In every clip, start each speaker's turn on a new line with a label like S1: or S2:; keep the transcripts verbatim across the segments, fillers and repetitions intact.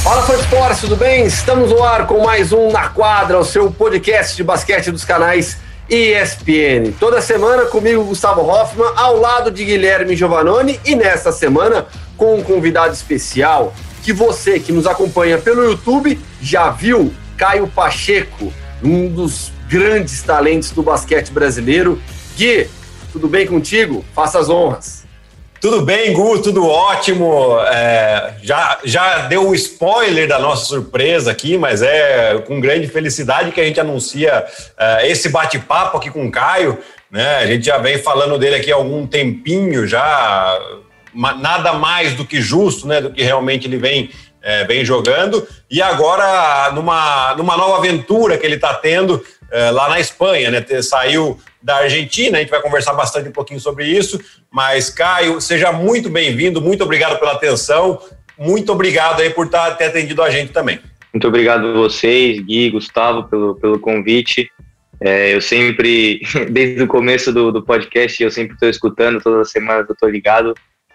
S1: Fala, fã de esporte, tudo bem? Estamos no ar com mais um Na Quadra, o seu podcast de basquete dos canais E S P N. Toda semana comigo, Gustavo Hoffman, ao lado de Guilherme Giovannoni, e nesta semana com um convidado especial que você que nos acompanha pelo YouTube já viu, Caio Pacheco, um dos grandes talentos do basquete brasileiro. Gui, tudo bem contigo? Faça as honras.
S2: Tudo bem, Gu, tudo ótimo. É, já, já deu o spoiler da nossa surpresa aqui, mas é com grande felicidade que a gente anuncia é, esse bate-papo aqui com o Caio, né? A gente já vem falando dele aqui há algum tempinho já, nada mais do que justo, né, do que realmente ele vem, é, vem jogando, e agora numa, numa nova aventura que ele está tendo é, lá na Espanha, né? Saiu da Argentina, a gente vai conversar bastante um pouquinho sobre isso, mas Caio, seja muito bem-vindo, muito obrigado pela atenção, muito obrigado aí por tá, ter atendido a gente também.
S3: Muito obrigado a vocês, Gui, Gustavo, pelo, pelo convite. É, eu sempre, desde o começo do, do podcast, eu sempre estou escutando, toda semana eu estou ligado.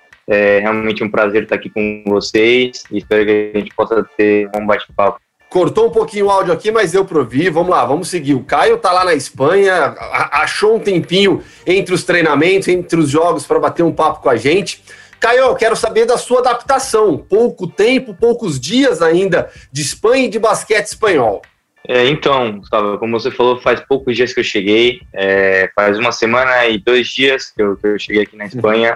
S3: É realmente um prazer estar aqui com vocês e espero que a gente possa ter um bate-papo.
S1: Cortou um pouquinho o áudio aqui, mas deu para ouvir. Vamos lá, vamos seguir. O Caio tá lá na Espanha, achou um tempinho entre os treinamentos, entre os jogos, para bater um papo com a gente. Caio, eu quero saber da sua adaptação. Pouco tempo, poucos dias ainda de Espanha e de basquete espanhol.
S3: É, então, Gustavo, como você falou, faz poucos dias que eu cheguei. É, faz uma semana e dois dias que eu, que eu cheguei aqui na Espanha.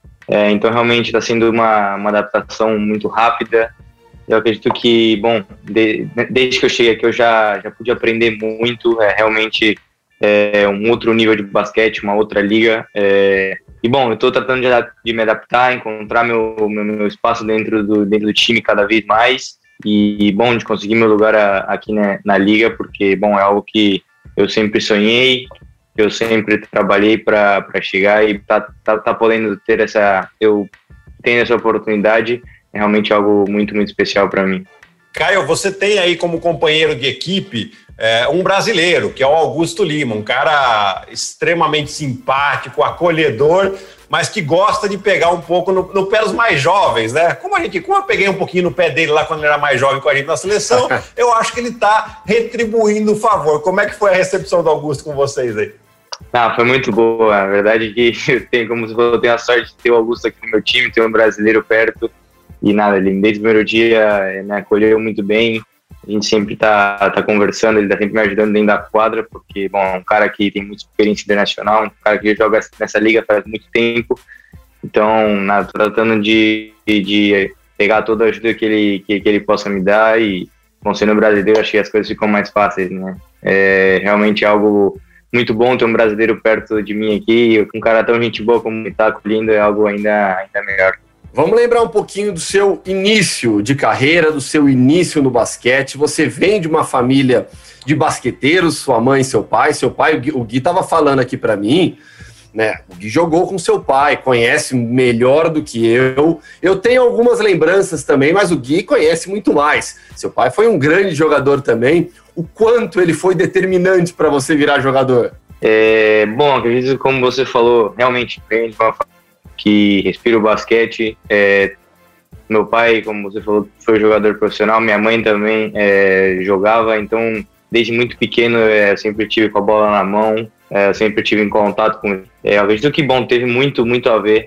S3: É, então, realmente está sendo uma, uma adaptação muito rápida. Eu acredito que, bom, de, desde que eu cheguei aqui eu já, já pude aprender muito, é realmente é, um outro nível de basquete, uma outra liga. É, e, bom, eu estou tratando de, de me adaptar, encontrar meu, meu, meu espaço dentro do, dentro do time cada vez mais. E, bom, de conseguir meu lugar a, aqui na, na liga, porque, bom, é algo que eu sempre sonhei, que eu sempre trabalhei para chegar e tá, tá, tá podendo ter essa, eu tenho essa oportunidade. É realmente algo muito, muito especial para mim.
S2: Caio, você tem aí como companheiro de equipe é, um brasileiro, que é o Augusto Lima, um cara extremamente simpático, acolhedor, mas que gosta de pegar um pouco no, no pé dos mais jovens, né? Como a gente, como eu peguei um pouquinho no pé dele lá quando ele era mais jovem com a gente na seleção, eu acho que ele está retribuindo o favor. Como é que foi a recepção do Augusto com vocês aí?
S3: Ah, foi muito boa. A verdade é que eu tenho, como você falou, eu tenho a sorte de ter o Augusto aqui no meu time, ter um brasileiro perto. E nada, ele desde o primeiro dia me acolheu muito bem, a gente sempre tá, tá conversando, ele tá sempre me ajudando dentro da quadra, porque, bom, é um cara que tem muita experiência internacional, um cara que joga nessa liga faz muito tempo, então, nada, tô tratando de, de pegar toda a ajuda que ele, que, que ele possa me dar e, bom, sendo brasileiro, acho que as coisas ficam mais fáceis, né? É realmente algo muito bom ter um brasileiro perto de mim aqui, um cara tão gente boa como ele tá acolhendo, é algo ainda, ainda melhor.
S1: Vamos lembrar um pouquinho do seu início de carreira, do seu início no basquete. Você vem de uma família de basqueteiros, sua mãe e seu pai. Seu pai, o Gui, o Gui estava falando aqui para mim, né? O Gui jogou com seu pai, conhece melhor do que eu. Eu tenho algumas lembranças também, mas o Gui conhece muito mais. Seu pai foi um grande jogador também. O quanto ele foi determinante para você virar jogador?
S3: É, bom, acredito que, como você falou, realmente vem de uma que respira o basquete. É, meu pai, como você falou, foi jogador profissional, minha mãe também é, jogava, então desde muito pequeno é, eu sempre tive com a bola na mão, é, eu sempre tive em contato com ele. É, eu acredito que, bom, teve muito, muito a ver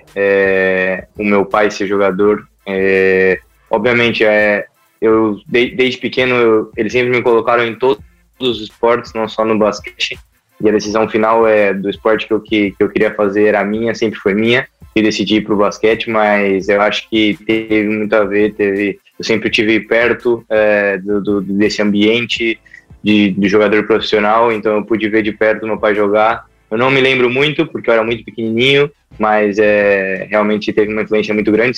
S3: é, o meu pai ser jogador. É, obviamente, é, eu de, desde pequeno eu, eles sempre me colocaram em todos os esportes, não só no basquete, e a decisão final é, do esporte que eu, que, que eu queria fazer era minha, sempre foi minha. E decidi ir para o basquete, mas eu acho que teve muito a ver, teve, eu sempre estive perto é, do, do, desse ambiente de, de jogador profissional, então eu pude ver de perto meu pai jogar. Eu não me lembro muito, porque eu era muito pequenininho, mas é, realmente teve uma influência muito grande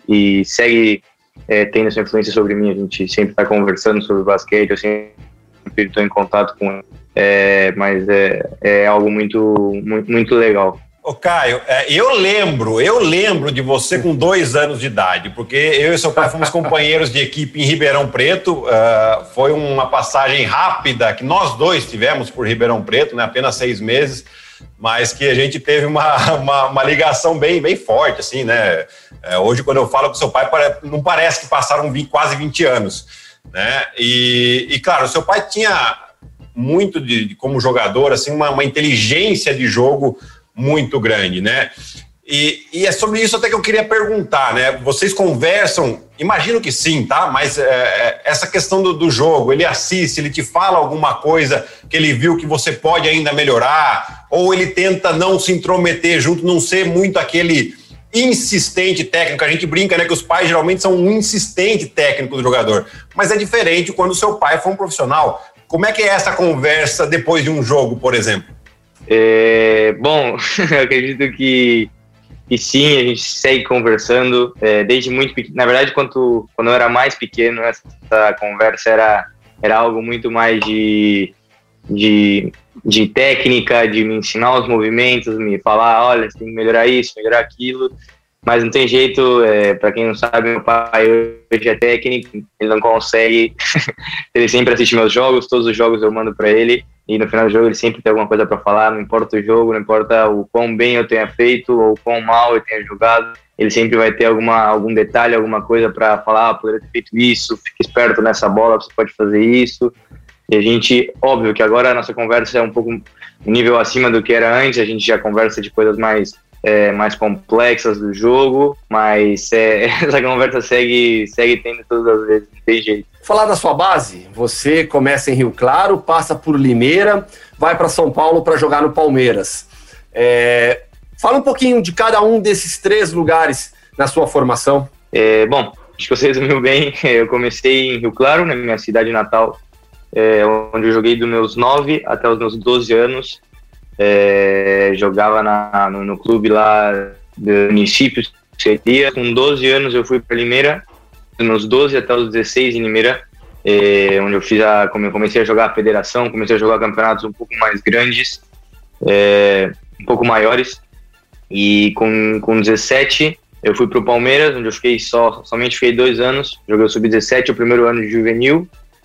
S3: e segue é, tendo essa influência sobre mim. A gente sempre está conversando sobre basquete, eu sempre estou em contato com ele, é, mas é, é algo muito, muito, muito legal.
S2: Ô Caio, eu lembro, eu lembro de você com dois anos de idade, porque eu e seu pai fomos companheiros de equipe em Ribeirão Preto, uh, foi uma passagem rápida que nós dois tivemos por Ribeirão Preto, né, apenas seis meses, mas que a gente teve uma, uma, uma ligação bem, bem forte, assim, né? É, hoje, quando eu falo com seu pai, não parece que passaram vinte, quase vinte anos, né? E, e, claro, o seu pai tinha muito, de, de como jogador, assim, uma, uma inteligência de jogo muito grande, né? E, e é sobre isso até que eu queria perguntar, né? Vocês conversam, imagino que sim, tá? Mas é, essa questão do, do jogo, ele assiste, ele te fala alguma coisa que ele viu que você pode ainda melhorar, ou ele tenta não se intrometer junto, não ser muito aquele insistente técnico. A gente brinca, né, que os pais geralmente são um insistente técnico do jogador, mas é diferente quando o seu pai for um profissional. Como é que é essa conversa depois de um jogo, por exemplo?
S3: É, bom, eu acredito que E sim, a gente segue conversando, é, desde muito pequeno. Na verdade, quando, quando eu era mais pequeno, essa conversa era, era algo muito mais de, de, de técnica, de me ensinar os movimentos, me falar, olha, você tem que melhorar isso, melhorar aquilo. Mas não tem jeito, é, para quem não sabe, meu pai hoje é técnico, ele não consegue, ele sempre assiste meus jogos, todos os jogos eu mando para ele, e no final do jogo ele sempre tem alguma coisa para falar, não importa o jogo, não importa o quão bem eu tenha feito ou o quão mal eu tenha jogado, ele sempre vai ter alguma, algum detalhe, alguma coisa para falar, ah, poderia ter feito isso, fique esperto nessa bola, você pode fazer isso. E a gente, óbvio que agora a nossa conversa é um pouco um nível acima do que era antes, a gente já conversa de coisas mais, é, mais complexas do jogo, mas é, essa conversa segue, segue tendo todas as vezes, não tem jeito.
S1: Falar da sua base, você começa em Rio Claro, passa por Limeira, vai para São Paulo para jogar no Palmeiras. É, fala um pouquinho de cada um desses três lugares na sua formação.
S3: É, bom, acho que você resumiu bem, eu comecei em Rio Claro, na minha cidade natal, É, onde eu joguei dos meus nove até os meus doze anos, é, jogava na, no, no clube lá do município, seria. Com doze anos eu fui para Limeira, dos meus doze até os dezesseis em Limeira, é, onde eu fiz a, comecei a jogar a federação, comecei a jogar campeonatos um pouco mais grandes, é, um pouco maiores, e com, com dezessete eu fui para o Palmeiras, onde eu fiquei só, somente fiquei dois anos, joguei o sub dezessete, o primeiro ano de juvenil,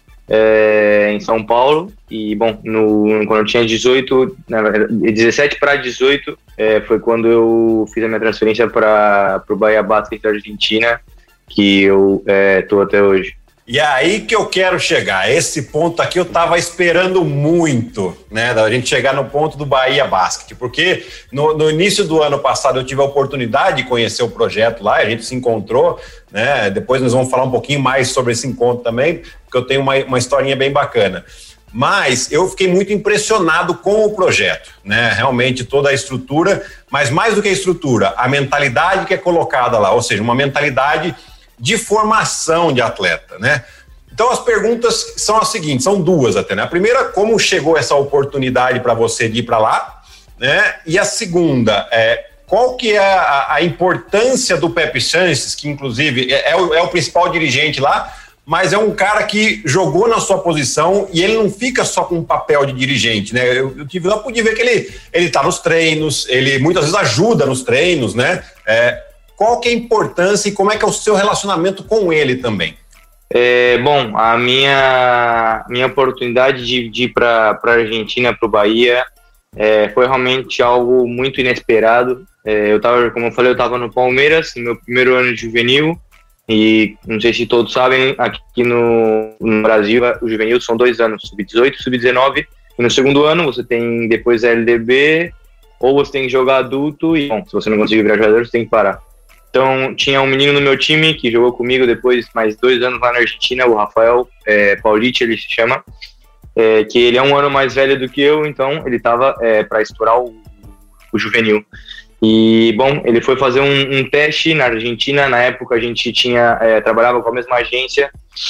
S3: É, em São Paulo, e bom, no, quando eu tinha dezoito, dezessete para dezoito, é, foi quando eu fiz a minha transferência para o Bahia Basket da Argentina, que eu estou é, até hoje.
S2: E é aí que eu quero chegar, esse ponto aqui eu estava esperando muito, né, da gente chegar no ponto do Bahia Basket, porque no, no início do ano passado eu tive a oportunidade de conhecer o projeto lá, a gente se encontrou, né, depois nós vamos falar um pouquinho mais sobre esse encontro também, porque eu tenho uma, uma historinha bem bacana. Mas eu fiquei muito impressionado com o projeto, né, realmente toda a estrutura, mas mais do que a estrutura, a mentalidade que é colocada lá, ou seja, uma mentalidade de formação de atleta, né? Então as perguntas são as seguintes, são duas até, né? A primeira, como chegou essa oportunidade para você de ir para lá, né? E a segunda, é, qual que é a, a importância do Pepe Sanches, que inclusive é, é, o, é o principal dirigente lá, mas é um cara que jogou na sua posição e ele não fica só com um papel de dirigente, né? Eu, eu tive lá, pude ver que ele ele tá nos treinos, ele muitas vezes ajuda nos treinos, né? É, qual que é a importância e como é que é o seu relacionamento com ele também?
S3: É, bom, a minha, minha oportunidade de, de ir para a Argentina, para o Bahia, é, foi realmente algo muito inesperado. É, eu tava, como eu falei, eu estava no Palmeiras, no meu primeiro ano de juvenil, e não sei se todos sabem, aqui no, no Brasil, o juvenil são dois anos, sub dezoito e sub dezenove, e no segundo ano você tem depois a L D B, ou você tem que jogar adulto, e bom, se você não conseguir virar jogador, você tem que parar. Então, tinha um menino no meu time que jogou comigo depois mais dois anos lá na Argentina, o Rafael é, Paulite, ele se chama, é, que ele é um ano mais velho do que eu, então ele estava é, para estourar o, o juvenil. E, bom, ele foi fazer um, um teste na Argentina, na época a gente tinha, é, trabalhava com a mesma agência,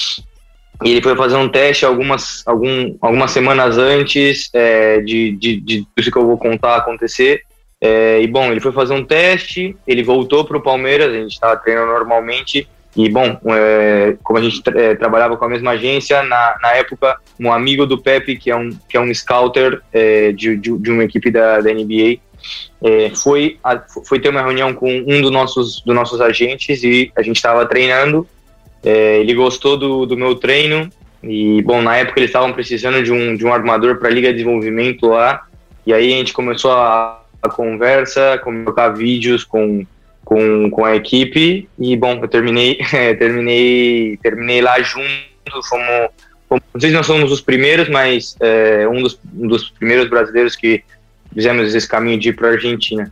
S3: e ele foi fazer um teste algumas, algum, algumas semanas antes é, de, de, de tudo que eu vou contar acontecer. É, e bom, ele foi fazer um teste, ele voltou para o Palmeiras, a gente estava treinando normalmente, e bom, é, como a gente é, trabalhava com a mesma agência, na, na época, um amigo do Pepe, que é um, que é um scouter é, de, de, de uma equipe da, da N B A, é, foi, a, foi ter uma reunião com um dos nossos, dos nossos agentes, e a gente estava treinando, é, ele gostou do, do meu treino, e bom, na época eles estavam precisando de um, de um armador para a Liga de Desenvolvimento lá, E aí a gente começou a, a conversa, colocar vídeos com, com, com a equipe e, bom, eu terminei, terminei, terminei lá junto, fomos, fomos, não sei se nós somos os primeiros, mas é, um, dos, um dos primeiros brasileiros que fizemos esse caminho de ir para a Argentina.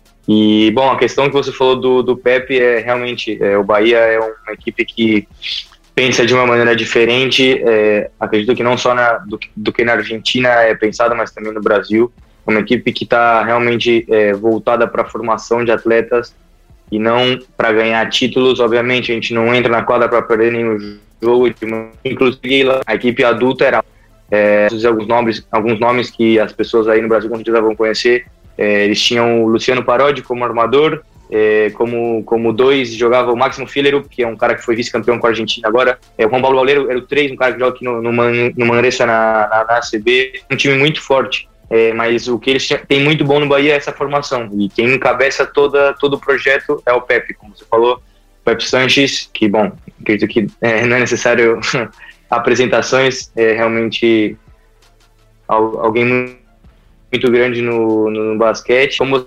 S3: E, bom, a questão que você falou do, do Pepe é realmente, é, o Bahia é uma equipe que pensa de uma maneira diferente, é, acredito que não só na, do, do que na Argentina é pensada, mas também no Brasil. É uma equipe que está realmente é, voltada para a formação de atletas e não para ganhar títulos. Obviamente, a gente não entra na quadra para perder nenhum jogo. Inclusive, a equipe adulta era... É, alguns nomes, alguns nomes que as pessoas aí no Brasil com certeza vão conhecer. É, eles tinham o Luciano Parodi como armador, é, como, como dois jogava o Máximo Fílero, que é um cara que foi vice-campeão com a Argentina agora. É, o Juan Paulo Valero era o três, um cara que joga aqui no, no, Man, no Manresa na, na, na A C B. Um time muito forte, é, mas o que eles têm muito bom no Bahia é essa formação. E quem encabeça toda, todo o projeto é o Pepe, como você falou, Pepe Sanches, que, bom, acredito que é, não é necessário apresentações, é realmente alguém muito muito grande no, no, no basquete. Como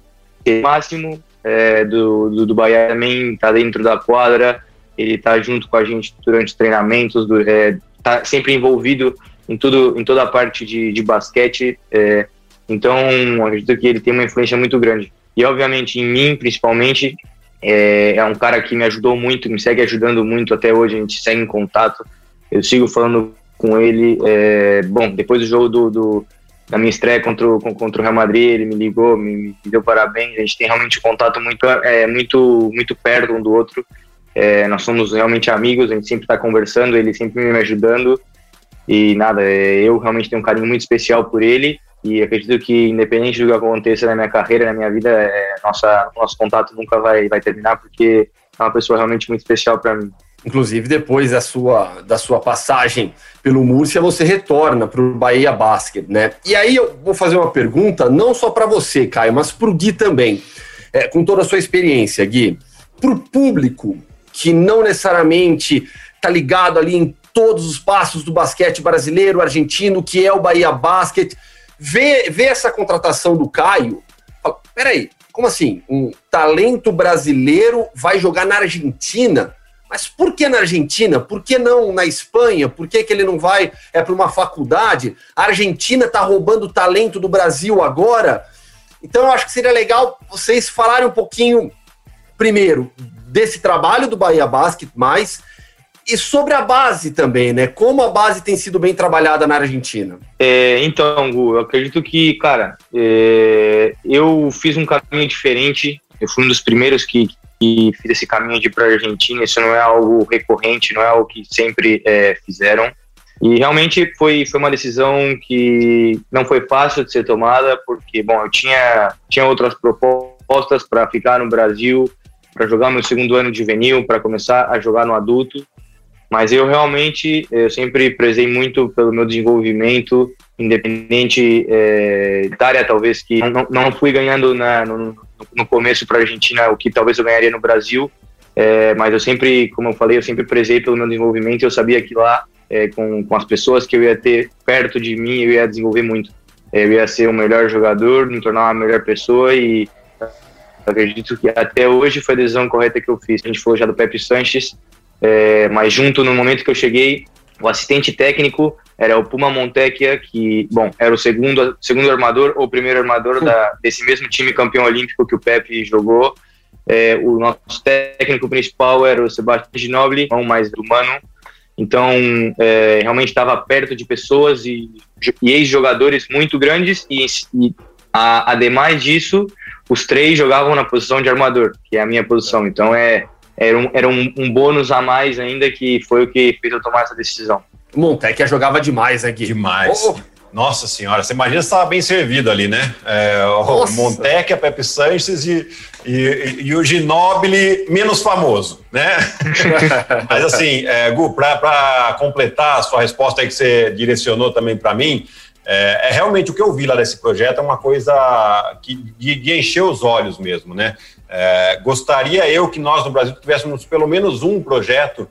S3: o máximo é, do, do, do Bahia também está dentro da quadra, ele está junto com a gente durante os treinamentos, está é, sempre envolvido em, tudo, em toda a parte de, de basquete, é, então acredito que ele tem uma influência muito grande. E obviamente em mim, principalmente, é, é um cara que me ajudou muito, me segue ajudando muito até hoje, a gente segue em contato, eu sigo falando com ele. É, bom, depois do jogo do, do na minha estreia contra o, contra o Real Madrid, ele me ligou, me, me deu parabéns, a gente tem realmente contato muito, é, muito, muito perto um do outro, é, nós somos realmente amigos, a gente sempre está conversando, ele sempre me ajudando, e nada, é, eu realmente tenho um carinho muito especial por ele, e acredito que independente do que aconteça na minha carreira, na minha vida, é, nossa, nosso contato nunca vai, vai terminar, porque é uma pessoa realmente muito especial para mim.
S1: Inclusive, depois da sua, da sua passagem pelo Múrcia, você retorna para o Bahia Basket, né? E aí eu vou fazer uma pergunta, não só para você, Caio, mas para o Gui também. É, com toda a sua experiência, Gui, para o público que não necessariamente está ligado ali em todos os passos do basquete brasileiro, argentino, que é o Bahia Basket, vê, vê essa contratação do Caio, fala, peraí, como assim? Um talento brasileiro vai jogar na Argentina? Mas por que na Argentina? Por que não na Espanha? Por que, que ele não vai é, para uma faculdade? A Argentina está roubando o talento do Brasil agora? Então eu acho que seria legal vocês falarem um pouquinho, primeiro, desse trabalho do Bahia Basket, mais, e sobre a base também, né? Como a base tem sido bem trabalhada na Argentina.
S3: É, então, Gu, eu acredito que, cara, é, eu fiz um caminho diferente. Eu fui um dos primeiros que... e fiz esse caminho de ir para a Argentina. Isso não é algo recorrente, não é algo que sempre é, fizeram. E realmente foi, foi uma decisão que não foi fácil de ser tomada, porque, bom, eu tinha, tinha outras propostas para ficar no Brasil, para jogar meu segundo ano de juvenil, para começar a jogar no adulto. Mas eu realmente, eu sempre prezei muito pelo meu desenvolvimento, independente é, da área, talvez, que não, não fui ganhando na, no, no começo para a Argentina o que talvez eu ganharia no Brasil, é, mas eu sempre, como eu falei, eu sempre prezei pelo meu desenvolvimento e eu sabia que lá, é, com, com as pessoas que eu ia ter perto de mim, eu ia desenvolver muito. Eu ia ser o melhor jogador, me tornar uma melhor pessoa e acredito que até hoje foi a decisão correta que eu fiz. A gente falou já do Pepe Sanches, é, mas junto no momento que eu cheguei, o assistente técnico era o Puma Montecchia, que, bom, era o segundo, segundo armador ou primeiro armador da, desse mesmo time campeão olímpico que o Pepe jogou. É, o nosso técnico principal era o Sebastião Ginobili, não mais humano. Então, é, realmente estava perto de pessoas e, e ex-jogadores muito grandes e, e a, ademais disso, os três jogavam na posição de armador, que é a minha posição. Então, é, era, um, era um, um bônus a mais ainda, que foi o que fez eu tomar essa decisão.
S1: Montecchia jogava demais, né, Gui?
S2: Demais. Oh. Nossa senhora, você imagina se estava bem servido ali, né? É, o Montecchia, Pepe Sanches e, e, e o Ginobili menos famoso, né? Mas assim, é, Gu, para completar a sua resposta aí que você direcionou também para mim, é, é realmente o que eu vi lá desse projeto, é uma coisa que, de, de encher os olhos mesmo, né? É, gostaria eu que nós no Brasil tivéssemos pelo menos um projeto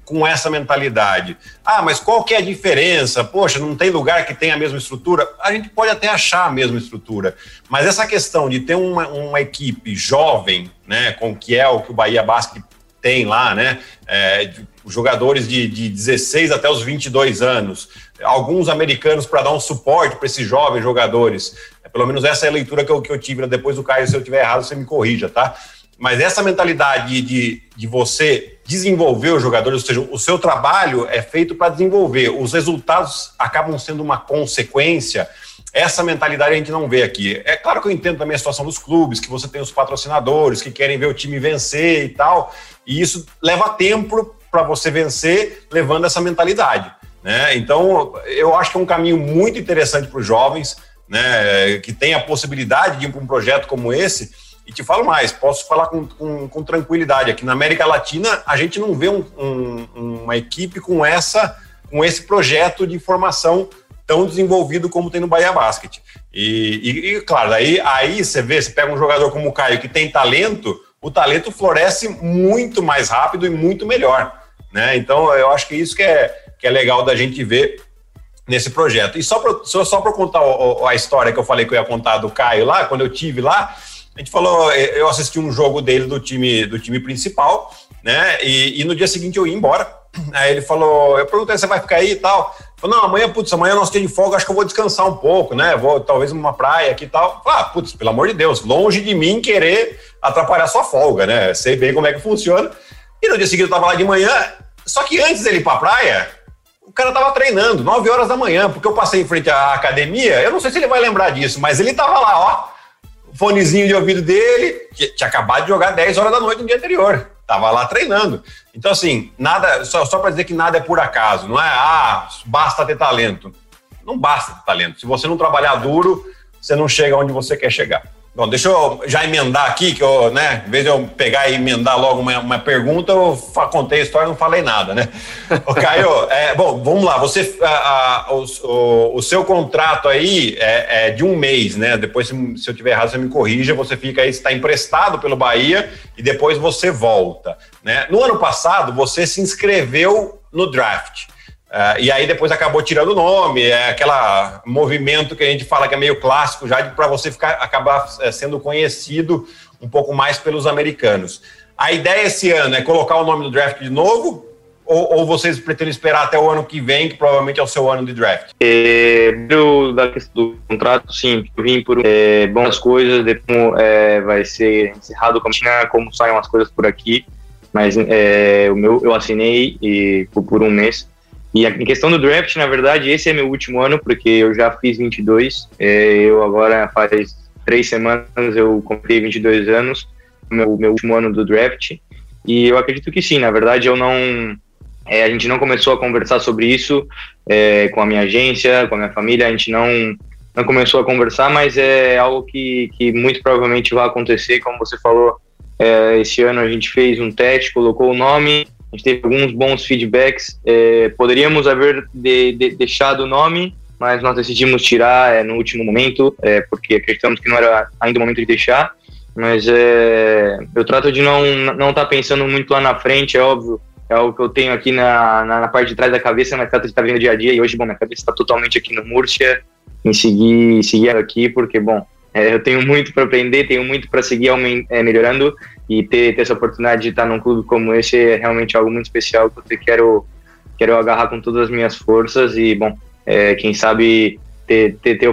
S2: com essa mentalidade. Ah, mas qual que é a diferença? Poxa, não tem lugar que tenha a mesma estrutura? A gente pode até achar a mesma estrutura, mas essa questão de ter uma, uma equipe jovem, né, com que é o que o Bahia Basket tem lá, né, é, de, jogadores de, de dezesseis até os vinte e dois anos, alguns americanos para dar um suporte para esses jovens jogadores, é, pelo menos essa é a leitura que eu, que eu tive, depois do Caio, se eu estiver errado, você me corrija, tá? Mas essa mentalidade de, de você desenvolver os jogadores, ou seja, o seu trabalho é feito para desenvolver, os resultados acabam sendo uma consequência, essa mentalidade a gente não vê aqui. É claro que eu entendo também a situação dos clubes, que você tem os patrocinadores que querem ver o time vencer e tal, e isso leva tempo para você vencer, levando essa mentalidade, né? Então, eu acho que é um caminho muito interessante para os jovens, né, que tem a possibilidade de ir para um projeto como esse. E te falo mais, posso falar com, com, com tranquilidade, aqui na América Latina a gente não vê um, um, uma equipe com, essa, com esse projeto de formação tão desenvolvido como tem no Bahia Basket. E, e, e claro, aí, aí você vê, você pega um jogador como o Caio que tem talento, o talento floresce muito mais rápido e muito melhor, né? Então eu acho que isso que é, que é legal da gente ver nesse projeto. E só para só para contar a, a história que eu falei que eu ia contar do Caio lá, quando eu tive lá, a gente falou, eu assisti um jogo dele do time, do time principal, né? E, e no dia seguinte eu ia embora. Aí ele falou, eu perguntei, você vai ficar aí e tal? Ele falou, não, amanhã, putz, amanhã nós temos de folga, acho que eu vou descansar um pouco, né? Vou talvez numa praia aqui e tal. Ah, putz, pelo amor de Deus, longe de mim querer atrapalhar sua folga, né? Sei bem como é que funciona. E no dia seguinte eu tava lá de manhã, só que antes dele ir pra praia, o cara tava treinando, nove horas da manhã, porque eu passei em frente à academia, eu não sei se ele vai lembrar disso, mas ele tava lá, ó, fonezinho de ouvido dele, que tinha acabado de jogar dez horas da noite no dia anterior. Tava lá treinando. Então, assim, nada, só, só para dizer que nada é por acaso, não é, ah, basta ter talento. Não basta ter talento. Se você não trabalhar duro, você não chega onde você quer chegar. Bom, deixa eu já emendar aqui, que eu, né, em vez de eu pegar e emendar logo uma, uma pergunta, eu contei a história e não falei nada, né? Ô, Caio, é, bom, vamos lá, você, a, a, o, o seu contrato aí é, é de um mês, né? Depois, se, se eu tiver errado, você me corrija, você fica aí, está emprestado pelo Bahia e depois você volta, né? No ano passado, você se inscreveu no draft. Uh, e aí depois acabou tirando o nome, é aquele movimento que a gente fala que é meio clássico já para você ficar, acabar sendo conhecido um pouco mais pelos americanos. A ideia esse ano é colocar o nome do draft de novo ou, ou vocês pretendem esperar até o ano que vem, que provavelmente é o seu ano de draft?
S3: É, do, da questão do contrato, sim, eu vim por é, boas coisas, de como é, vai ser encerrado, como, como saem as coisas por aqui, mas é, o meu eu assinei e, por, por um mês. E em questão do draft, na verdade, esse é meu último ano, porque eu já fiz vinte e dois, é, eu agora faz três semanas eu comprei vinte e dois anos, meu, meu último ano do draft, e eu acredito que sim, na verdade eu não, é, a gente não começou a conversar sobre isso é, com a minha agência, com a minha família, a gente não, não começou a conversar, mas é algo que, que muito provavelmente vai acontecer, como você falou, é, esse ano a gente fez um teste, colocou o nome, a gente teve alguns bons feedbacks, é, poderíamos haver de, de, deixado o nome, mas nós decidimos tirar é, no último momento, é, porque acreditamos que não era ainda o momento de deixar, mas é, eu trato de não não estar tá pensando muito lá na frente, é óbvio, é algo que eu tenho aqui na, na, na parte de trás da cabeça, mas trato de estar vendo dia a dia, e hoje, bom, minha cabeça está totalmente aqui no Murcia, em seguir, seguir aqui, porque, bom, é, eu tenho muito para aprender, tenho muito para seguir é, melhorando, e ter, ter essa oportunidade de estar num clube como esse é realmente algo muito especial, que eu quero, quero agarrar com todas as minhas forças e, bom, é, quem sabe ter, ter, ter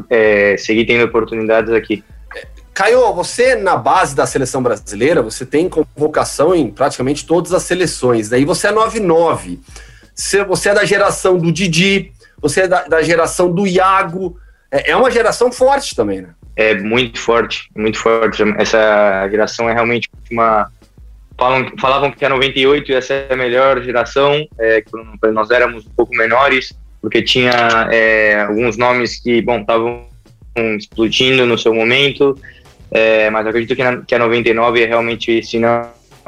S3: é, seguir tendo oportunidades aqui.
S1: Caio, você na base da seleção brasileira, você tem convocação em praticamente todas as seleções, daí você é nove nove, você é da geração do Didi, você é da, da geração do Iago, é, é uma geração forte também, né?
S3: É muito forte, muito forte. Essa geração é realmente uma... Falam, falavam que a noventa e oito ia ser a melhor geração, é, quando nós éramos um pouco menores, porque tinha é, alguns nomes que, bom, estavam explodindo no seu momento, é, mas eu acredito que, na, que a noventa e nove é realmente, se não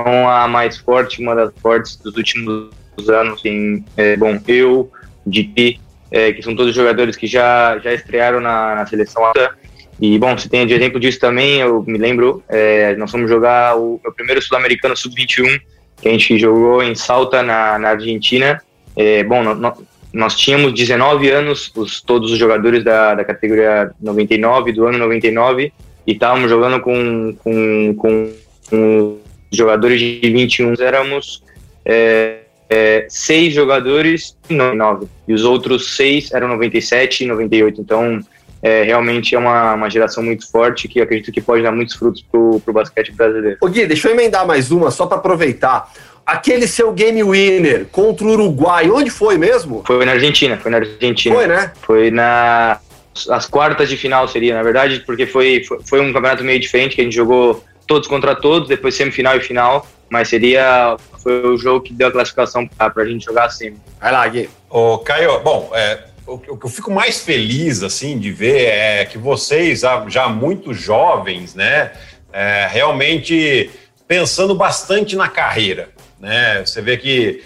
S3: a mais forte, uma das fortes dos últimos anos. Tem, é, bom, eu, Didi, é, que são todos jogadores que já, já estrearam na, na seleção alta. E, bom, você tem de exemplo disso também, eu me lembro, é, nós fomos jogar o meu primeiro Sul-Americano sub vinte e um, que a gente jogou em Salta, na, na Argentina. É, bom, no, no, nós tínhamos dezenove anos, os, todos os jogadores da, da categoria noventa e nove, do ano noventa e nove, e estávamos jogando com, com, com, com jogadores de vinte e um. Éramos é, é, seis jogadores e noventa e nove, e os outros seis eram noventa e sete e noventa e oito. Então, é, realmente é uma, uma geração muito forte que eu acredito que pode dar muitos frutos pro, pro basquete brasileiro.
S1: Ô Gui, deixa eu emendar mais uma, só para aproveitar. Aquele seu game winner contra o Uruguai, onde foi mesmo?
S3: Foi na Argentina, foi na Argentina.
S1: Foi, né?
S3: Foi na... as quartas de final seria, na verdade, porque foi, foi, foi um campeonato meio diferente, que a gente jogou todos contra todos, depois semifinal e final, mas seria... foi o jogo que deu a classificação pra, pra gente jogar assim.
S1: Vai lá, Gui.
S2: Ô, Caio, bom, é, o que eu fico mais feliz, assim, de ver é que vocês, já muito jovens, né, é, realmente pensando bastante na carreira, né? Você vê que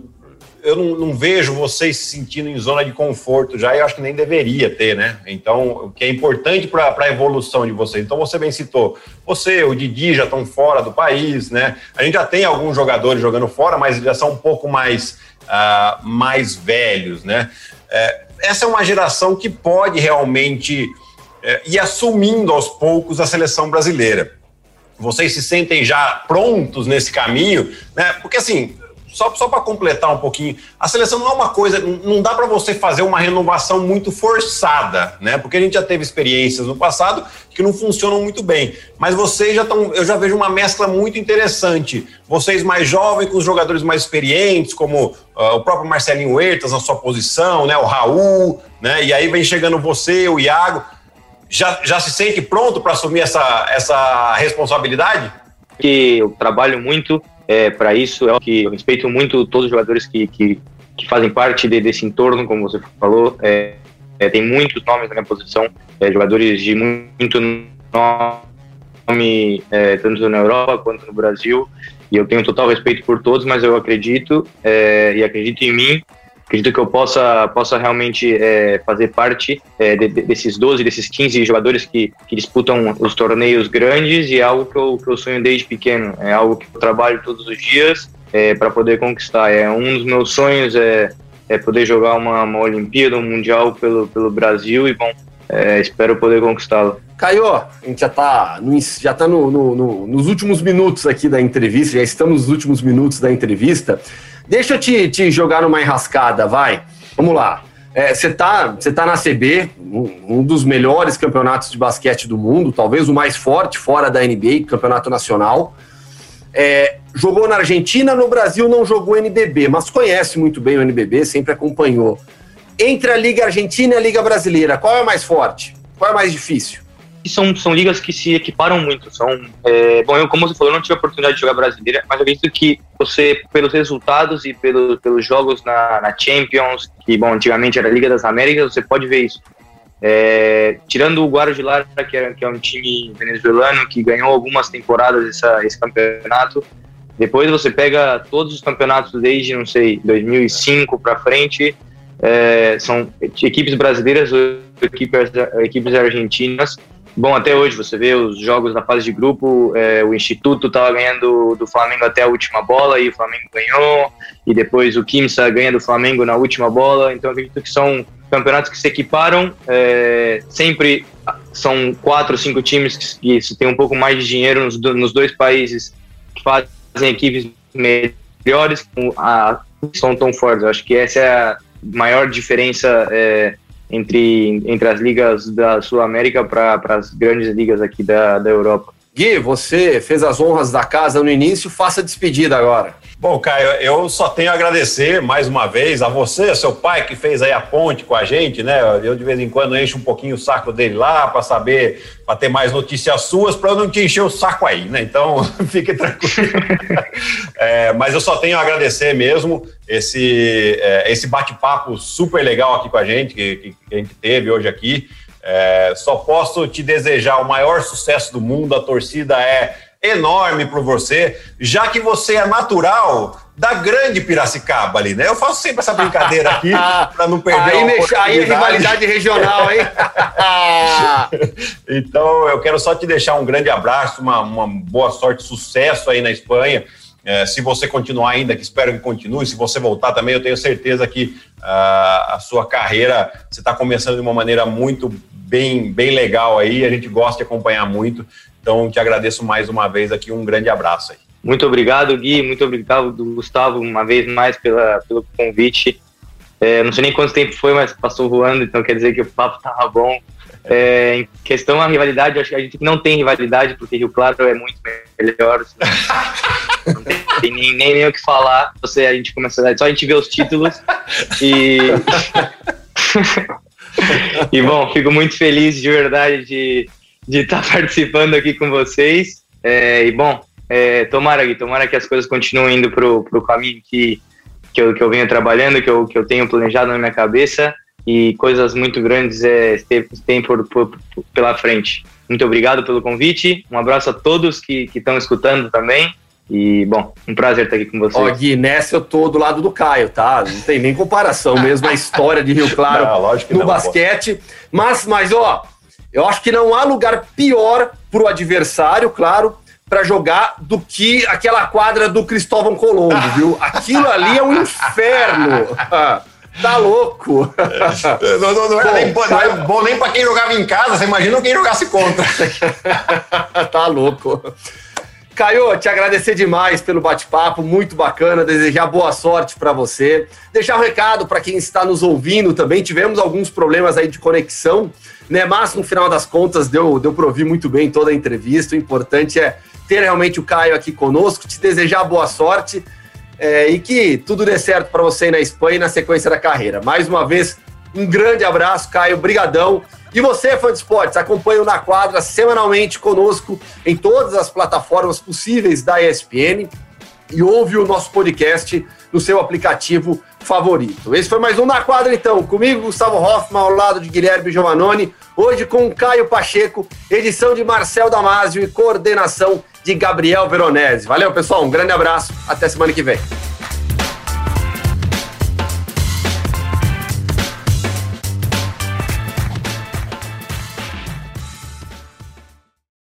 S2: eu não, não vejo vocês se sentindo em zona de conforto já, e eu acho que nem deveria ter, né? Então, o que é importante para a evolução de vocês. Então, você bem citou, você, o Didi já estão fora do país, né? A gente já tem alguns jogadores jogando fora, mas já são um pouco mais, uh, mais velhos, né? É, essa é uma geração que pode realmente é, ir assumindo aos poucos a seleção brasileira. Vocês se sentem já prontos nesse caminho, né? Porque assim, só, só para completar um pouquinho, a seleção não é uma coisa, não dá para você fazer uma renovação muito forçada, né? Porque a gente já teve experiências no passado que não funcionam muito bem. Mas vocês já estão, eu já vejo uma mescla muito interessante. Vocês mais jovens com os jogadores mais experientes, como uh, o próprio Marcelinho Huertas na sua posição, né? O Raul, né? E aí vem chegando você, o Iago. Já, já se sente pronto para assumir essa, essa responsabilidade?
S3: Que eu trabalho muito é, para isso, é que eu respeito muito todos os jogadores que, que, que fazem parte de, desse entorno, como você falou. É, é, tem muitos nomes na minha posição, é, jogadores de muito nome, é, tanto na Europa quanto no Brasil, e eu tenho total respeito por todos, mas eu acredito é, e acredito em mim. Acredito que eu possa, possa realmente é, fazer parte é, de, de, desses doze, desses quinze jogadores que, que disputam os torneios grandes, e é algo que eu, que eu sonho desde pequeno. É algo que eu trabalho todos os dias é, para poder conquistar. É um dos meus sonhos é, é poder jogar uma, uma Olimpíada, um Mundial pelo, pelo Brasil, e bom, é, espero poder conquistá-lo.
S1: Caio, a gente já está no, já tá no, no, no, nos últimos minutos aqui da entrevista, já estamos nos últimos minutos da entrevista. Deixa eu te, te jogar numa enrascada, vai. Vamos lá. Você é, tá, você tá na C B, um, um dos melhores campeonatos de basquete do mundo, talvez o mais forte fora da N B A, campeonato nacional. É, jogou na Argentina, no Brasil não jogou N B B, mas conhece muito bem o N B B, sempre acompanhou. Entre a Liga Argentina e a Liga Brasileira, qual é mais forte? Qual é mais difícil?
S3: São, são ligas que se equiparam muito. São, é, bom, eu, como você falou, eu não tive a oportunidade de jogar brasileira, mas eu acredito que você, pelos resultados e pelo, pelos jogos na, na Champions, que, bom, antigamente era a Liga das Américas, você pode ver isso. É, tirando o Guadalajara, que é, que é um time venezuelano que ganhou algumas temporadas essa, esse campeonato, depois você pega todos os campeonatos desde, não sei, dois mil e cinco para frente, é, são equipes brasileiras ou equipes, equipes argentinas. Bom, até hoje você vê os jogos na fase de grupo, é, o Instituto estava ganhando do Flamengo até a última bola e o Flamengo ganhou, e depois o Quimsa ganha do Flamengo na última bola. Então eu acredito que são campeonatos que se equiparam, é, sempre são quatro, cinco times que, que têm um pouco mais de dinheiro nos, nos dois países, que fazem equipes melhores, a, são tão fortes. Eu acho que essa é a maior diferença é, Entre, entre as ligas da Sul-América para as grandes ligas aqui da, da Europa.
S1: Gui, você fez as honras da casa no início, faça a despedida agora.
S2: Bom, Caio, eu só tenho a agradecer mais uma vez a você, seu pai, que fez aí a ponte com a gente, né? Eu de vez em quando encho um pouquinho o saco dele lá para saber, para ter mais notícias suas, para eu não te encher o saco aí, né? Então, fique tranquilo. É, mas eu só tenho a agradecer mesmo esse, é, esse bate-papo super legal aqui com a gente, que, que a gente teve hoje aqui. É, só posso te desejar o maior sucesso do mundo, a torcida é enorme por você, já que você é natural da grande Piracicaba ali, né? Eu faço sempre essa brincadeira aqui para não perder
S1: aí
S2: a
S1: mexa, aí é rivalidade regional, hein?
S2: Então eu quero só te deixar um grande abraço, uma, uma boa sorte, sucesso aí na Espanha. É, se você continuar ainda, que espero que continue, se você voltar também, eu tenho certeza que uh, a sua carreira, você está começando de uma maneira muito bem, bem legal aí, a gente gosta de acompanhar muito, então te agradeço mais uma vez aqui, um grande abraço aí.
S3: Muito obrigado, Gui, muito obrigado, Gustavo, uma vez mais pela, pelo convite. É, não sei nem quanto tempo foi, mas passou voando, então quer dizer que o papo estava bom. É, em questão da rivalidade, eu acho que a gente não tem rivalidade, porque Rio Claro é muito melhor. Não tem, tem nem, nem, nem o que falar. Você, a gente começa, só a gente vê os títulos. E, e bom, fico muito feliz de verdade de de estar tá participando aqui com vocês. É, e bom, é, tomara, Gui, tomara que as coisas continuem indo pro, pro caminho que, que, eu, que eu venho trabalhando, que eu, que eu tenho planejado na minha cabeça. E coisas muito grandes é, tem por, por, por, pela frente. Muito obrigado pelo convite, um abraço a todos que estão escutando também, e bom, um prazer estar aqui com vocês.
S1: Ó, Gui, nessa eu tô do lado do Caio, tá? Não tem nem comparação mesmo a história de Rio Claro não, no não, basquete, mas, mas ó, eu acho que não há lugar pior pro adversário, claro, para jogar do que aquela quadra do Cristóvão Colombo, viu? Aquilo ali é um inferno. Tá louco.
S2: Não, não, não, era bom, nem, não era bom nem pra quem jogava em casa, você imagina quem jogasse contra.
S1: Tá louco. Caio, te agradecer demais pelo bate-papo, muito bacana, desejar boa sorte para você. Deixar um recado para quem está nos ouvindo também, tivemos alguns problemas aí de conexão, né? Mas no final das contas deu, deu para ouvir muito bem toda a entrevista. O importante é ter realmente o Caio aqui conosco, te desejar boa sorte. É, e que tudo dê certo para você aí na Espanha e na sequência da carreira. Mais uma vez, um grande abraço, Caio, brigadão. E você, fã de esportes, acompanha o Na Quadra semanalmente conosco em todas as plataformas possíveis da E S P N e ouve o nosso podcast no seu aplicativo favorito. Esse foi mais um Na Quadra, então. Comigo, Gustavo Hoffman, ao lado de Guilherme Giovannoni. Hoje com Caio Pacheco, edição de Marcel Damasio e coordenação de Gabriel Veronese. Valeu, pessoal. Um grande abraço. Até semana que vem.